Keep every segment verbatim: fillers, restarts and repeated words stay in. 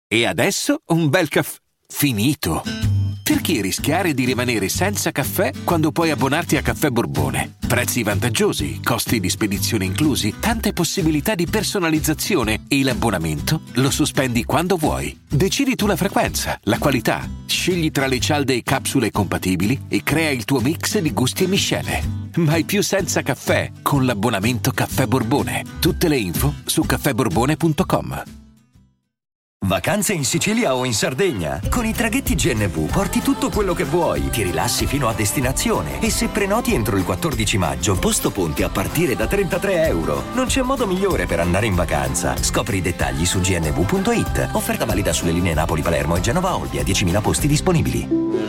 E adesso un bel caffè finito. Perché rischiare di rimanere senza caffè quando puoi abbonarti a Caffè Borbone? Prezzi vantaggiosi, costi di spedizione inclusi, tante possibilità di personalizzazione e l'abbonamento lo sospendi quando vuoi. Decidi tu la frequenza, la qualità, scegli tra le cialde e capsule compatibili e crea il tuo mix di gusti e miscele. Mai più senza caffè con l'abbonamento Caffè Borbone. Tutte le info su caffè borbone punto com. Vacanze in Sicilia o in Sardegna? Con i traghetti G N V porti tutto quello che vuoi, ti rilassi fino a destinazione e se prenoti entro il quattordici maggio, posto ponti a partire da trentatré euro. Non c'è modo migliore per andare in vacanza. Scopri i dettagli su g n v punto i t. Offerta valida sulle linee Napoli-Palermo e Genova-Olbia, diecimila posti disponibili.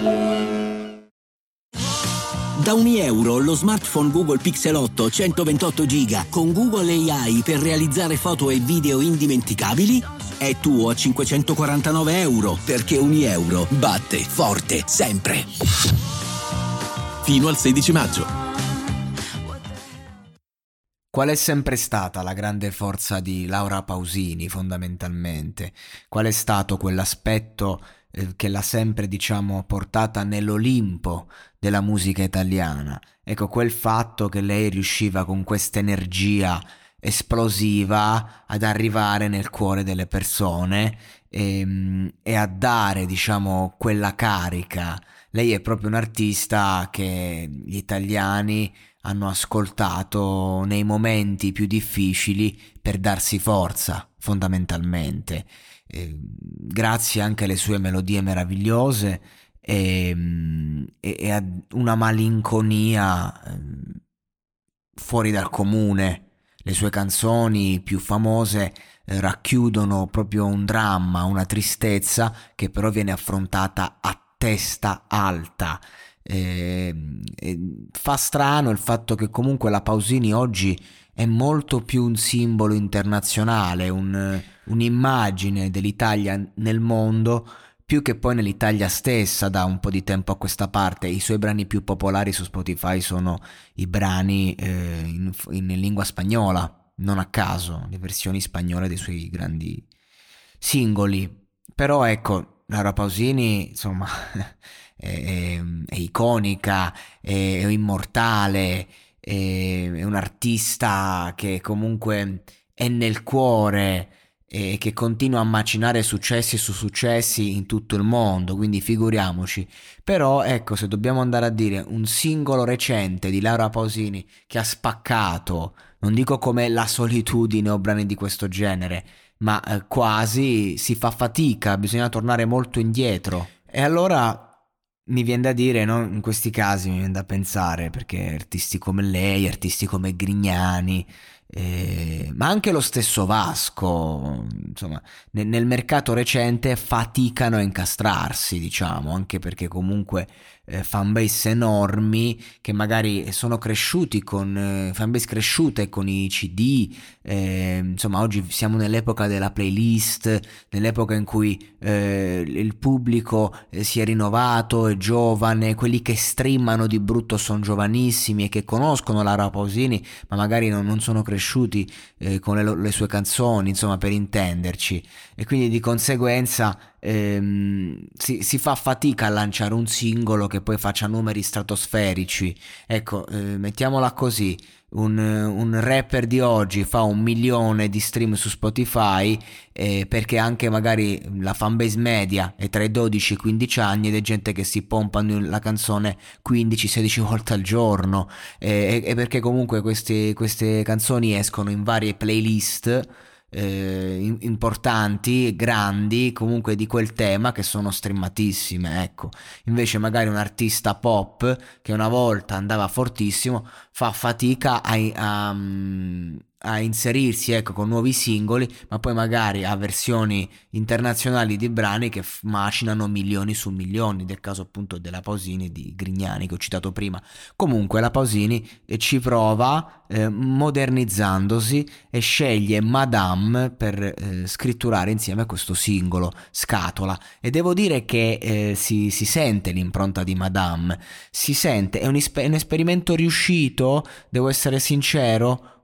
Da un euro lo smartphone Google Pixel otto centoventotto giga con Google A I per realizzare foto e video indimenticabili è tuo a cinquecentoquarantanove euro, perché un euro batte forte sempre. Fino al sedici maggio. Qual è sempre stata la grande forza di Laura Pausini, fondamentalmente? Qual è stato quell'aspetto eh, che l'ha sempre, diciamo, portata nell'Olimpo della musica italiana? Ecco, quel fatto che lei riusciva con questa energia esplosiva ad arrivare nel cuore delle persone e, e a dare, diciamo, quella carica. Lei è proprio un artista che gli italiani hanno ascoltato nei momenti più difficili per darsi forza, fondamentalmente. Eh, grazie anche alle sue melodie meravigliose e, e, e a una malinconia eh, fuori dal comune. Le sue canzoni più famose eh, racchiudono proprio un dramma, una tristezza che però viene affrontata a testa alta. Eh, eh, fa strano il fatto che comunque la Pausini oggi è molto più un simbolo internazionale, un, un'immagine dell'Italia nel mondo, più che poi nell'Italia stessa da un po' di tempo a questa parte. I suoi brani più popolari su Spotify sono i brani eh, in, in lingua spagnola, non a caso, le versioni spagnole dei suoi grandi singoli. Però ecco, Laura Pausini, insomma, è, è, è iconica, è, è immortale, è, è un artista che comunque è nel cuore e che continua a macinare successi su successi in tutto il mondo, quindi figuriamoci. Però ecco, se dobbiamo andare a dire un singolo recente di Laura Pausini che ha spaccato, non dico come La Solitudine o brani di questo genere, ma eh, quasi, si fa fatica, bisogna tornare molto indietro. E allora mi viene da dire, no? In questi casi mi viene da pensare, perché artisti come lei, artisti come Grignani, eh, ma anche lo stesso Vasco, insomma, nel, nel mercato recente faticano a incastrarsi, diciamo, anche perché comunque eh, fanbase enormi che magari sono cresciuti con eh, fanbase cresciute con i C D, eh, insomma oggi siamo nell'epoca della playlist, nell'epoca in cui eh, il pubblico eh, si è rinnovato, è giovane, quelli che streamano di brutto sono giovanissimi e che conoscono Laura Pausini ma magari non, non sono cresciuti eh, con le, le sue canzoni, insomma, per intenderci, e quindi di conseguenza ehm, si, si fa fatica a lanciare un singolo che poi faccia numeri stratosferici. Ecco, eh, mettiamola così, un, un rapper di oggi fa un milione di stream su Spotify eh, perché anche magari la fanbase media è tra i dodici e i quindici anni ed è gente che si pompa la canzone quindici sedici volte al giorno, eh, e, e perché comunque queste, queste canzoni escono in varie playlist eh, importanti, grandi, comunque di quel tema, che sono streamatissime. Ecco, invece magari un artista pop che una volta andava fortissimo fa fatica a, a, a inserirsi, ecco, con nuovi singoli, ma poi magari ha versioni internazionali di brani che f- macinano milioni su milioni, del caso appunto della Pausini e di Grignani che ho citato prima. Comunque la Pausini eh, ci prova eh, modernizzandosi e sceglie Madame per eh, scritturare insieme questo singolo Scatola, e devo dire che eh, si, si sente l'impronta di Madame, si sente, è un, ispe- un esperimento riuscito, devo essere sincero,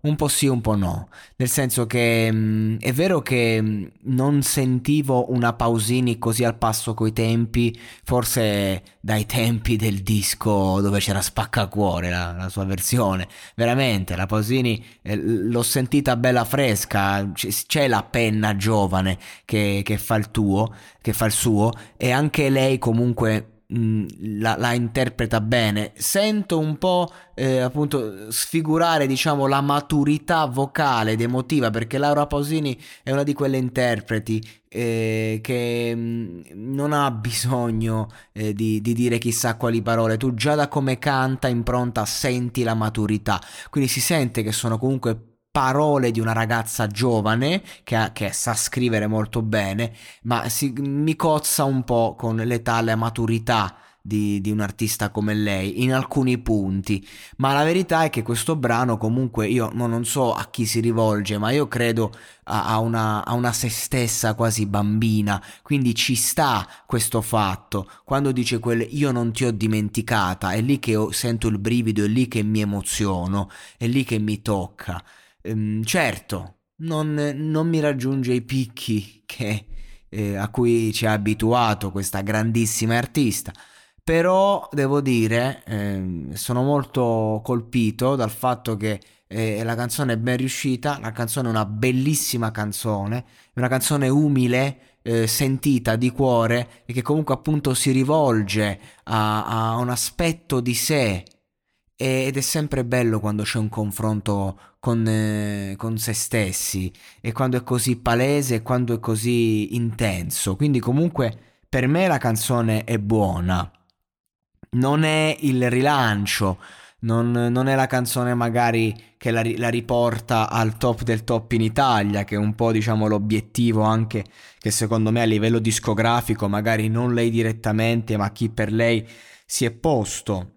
un po' sì, un po' no, nel senso che mh, è vero che mh, non sentivo una Pausini così al passo coi tempi, forse dai tempi del disco dove c'era Spaccacuore, la, la sua versione, veramente, la Pausini eh, l'ho sentita bella fresca, c- c'è la penna giovane che, che fa il tuo, che fa il suo, e anche lei comunque mh, la, la interpreta bene. Sento un po' eh, appunto sfigurare, diciamo, la maturità vocale ed emotiva, perché Laura Pausini è una di quelle interpreti eh, che mh, non ha bisogno eh, di, di dire chissà quali parole. Tu già da come canta impronta senti la maturità, quindi si sente che sono comunque parole di una ragazza giovane che, ha- che sa scrivere molto bene, ma si, mi cozza un po' con l'età, la maturità di, di un artista come lei in alcuni punti. Ma la verità è che questo brano comunque io no- non so a chi si rivolge, ma io credo a, a una, a una se stessa quasi bambina, quindi ci sta questo fatto. Quando dice quel io non ti ho dimenticata, è lì che ho- sento il brivido, è lì che mi emoziono, è lì che mi tocca. Ehm, certo, non, non mi raggiunge i picchi che, eh, a cui ci ha abituato questa grandissima artista, però devo dire, ehm, sono molto colpito dal fatto che eh, la canzone è ben riuscita, la canzone è una bellissima canzone, è una canzone umile, eh, sentita di cuore e che comunque appunto si rivolge a, a un aspetto di sé ed è sempre bello quando c'è un confronto con, eh, con se stessi e quando è così palese e quando è così intenso. Quindi comunque per me la canzone è buona, non è il rilancio, non, non è la canzone magari che la, ri- la riporta al top del top in Italia, che è un po' diciamo l'obiettivo anche che secondo me a livello discografico, magari non lei direttamente, ma chi per lei si è posto.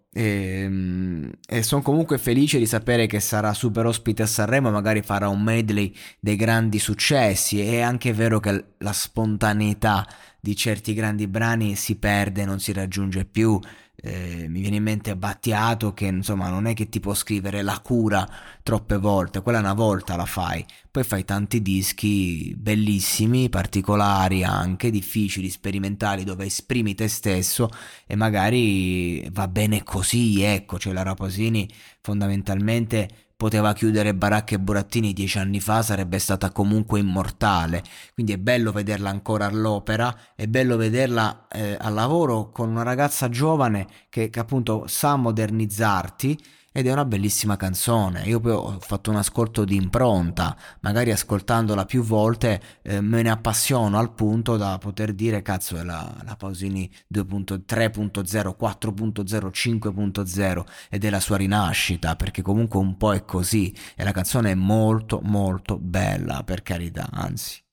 E, e sono comunque felice di sapere che sarà super ospite a Sanremo, magari farà un medley dei grandi successi. È anche vero che la spontaneità di certi grandi brani si perde, non si raggiunge più. Eh, mi viene in mente Battiato che insomma non è che ti può scrivere La cura troppe volte, quella una volta la fai, poi fai tanti dischi bellissimi, particolari anche, difficili, sperimentali, dove esprimi te stesso e magari va bene così, ecco, cioè la Raposini fondamentalmente poteva chiudere Baracca e Burattini dieci anni fa, sarebbe stata comunque immortale, quindi è bello vederla ancora all'opera, è bello vederla eh, al lavoro con una ragazza giovane che, che appunto sa modernizzarti ed è una bellissima canzone. Io poi ho fatto un ascolto di impronta, magari ascoltandola più volte eh, me ne appassiono al punto da poter dire cazzo è la, la Pausini due punto tre punto zero, quattro punto zero, cinque punto zero ed è la sua rinascita, perché comunque un po' è così e la canzone è molto molto bella, per carità, anzi.